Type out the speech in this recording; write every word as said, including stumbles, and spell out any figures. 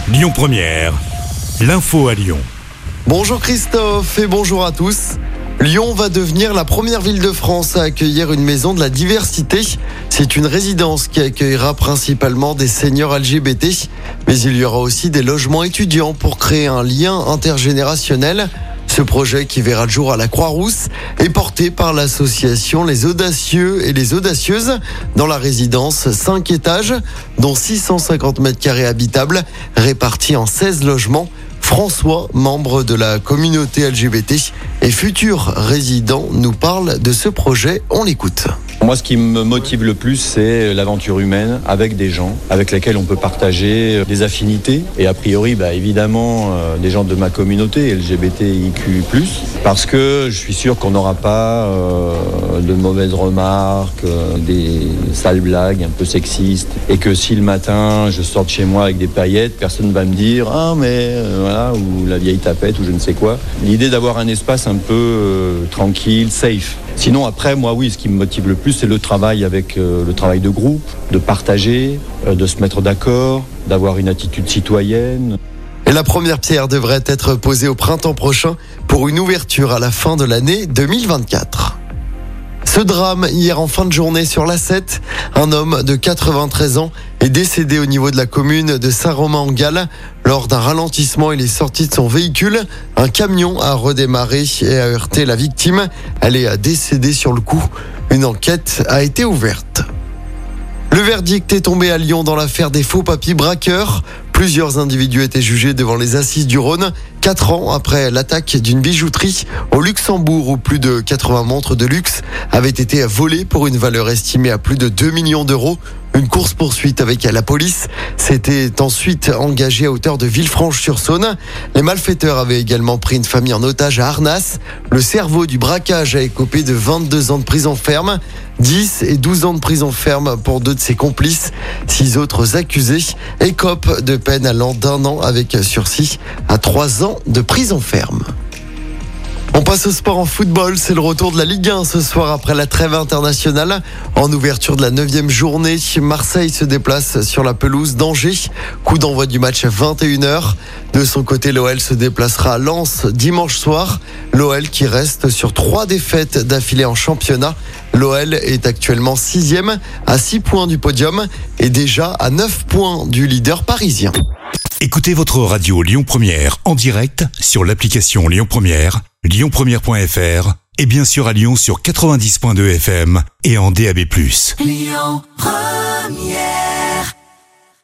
Lyon Première, l'info à Lyon. Bonjour Christophe et bonjour à tous. Lyon va devenir la première ville de France à accueillir une maison de la diversité. C'est une résidence qui accueillera principalement des seniors L G B T. Mais il y aura aussi des logements étudiants pour créer un lien intergénérationnel. Ce projet, qui verra le jour à la Croix-Rousse, est porté par l'association Les Audacieux et les Audacieuses. Dans la résidence, cinq étages, dont six cent cinquante mètres carrés habitables, répartis en seize logements. François, membre de la communauté L G B T et futur résident, nous parle de ce projet. On l'écoute. Moi, ce qui me motive le plus, c'est l'aventure humaine avec des gens avec lesquels on peut partager des affinités. Et a priori, bah, évidemment, euh, des gens de ma communauté, L G B T I Q plus, parce que je suis sûr qu'on n'aura pas euh, de mauvaises remarques, euh, des sales blagues un peu sexistes. Et que si le matin, je sors de chez moi avec des paillettes, personne ne va me dire « Ah, mais euh, voilà », ou la vieille tapette, ou je ne sais quoi. L'idée d'avoir un espace un peu euh, tranquille, safe. Sinon, après, moi, oui, ce qui me motive le plus, c'est le travail avec euh, le travail de groupe, de partager, euh, de se mettre d'accord, d'avoir une attitude citoyenne. Et la première pierre devrait être posée au printemps prochain pour une ouverture à la fin de l'année deux mille vingt-quatre. Ce drame, hier en fin de journée sur l'A sept, un homme de quatre-vingt-treize ans est décédé au niveau de la commune de Saint-Romain-en-Galles. Lors d'un ralentissement, il est sorti de son véhicule. Un camion a redémarré et a heurté la victime. Elle est décédée sur le coup. Une enquête a été ouverte. Le verdict est tombé à Lyon dans l'affaire des faux papiers braqueurs. Plusieurs individus étaient jugés devant les assises du Rhône, quatre ans après l'attaque d'une bijouterie au Luxembourg où plus de quatre-vingts montres de luxe avaient été volées pour une valeur estimée à plus de deux millions d'euros. Une course-poursuite avec la police s'était ensuite engagée à hauteur de Villefranche-sur-Saône. Les malfaiteurs avaient également pris une famille en otage à Arnas. Le cerveau du braquage a écopé de vingt-deux ans de prison ferme, dix et douze ans de prison ferme pour deux de ses complices. Six autres accusés écopent de peine allant d'un an avec sursis à trois ans de prison ferme. On passe au sport en football, c'est le retour de la Ligue un ce soir après la trêve internationale. En ouverture de la neuvième journée, Marseille se déplace sur la pelouse d'Angers. Coup d'envoi du match à vingt et une heures. De son côté, l'O L se déplacera à Lens dimanche soir. L'O L qui reste sur trois défaites d'affilée en championnat. L'O L est actuellement sixième à six points du podium et déjà à neuf points du leader parisien. Écoutez votre radio Lyon Première en direct sur l'application Lyon Première, lyon première point f r et bien sûr à Lyon sur quatre-vingt-dix point deux F M et en D A B plus. Lyon Première.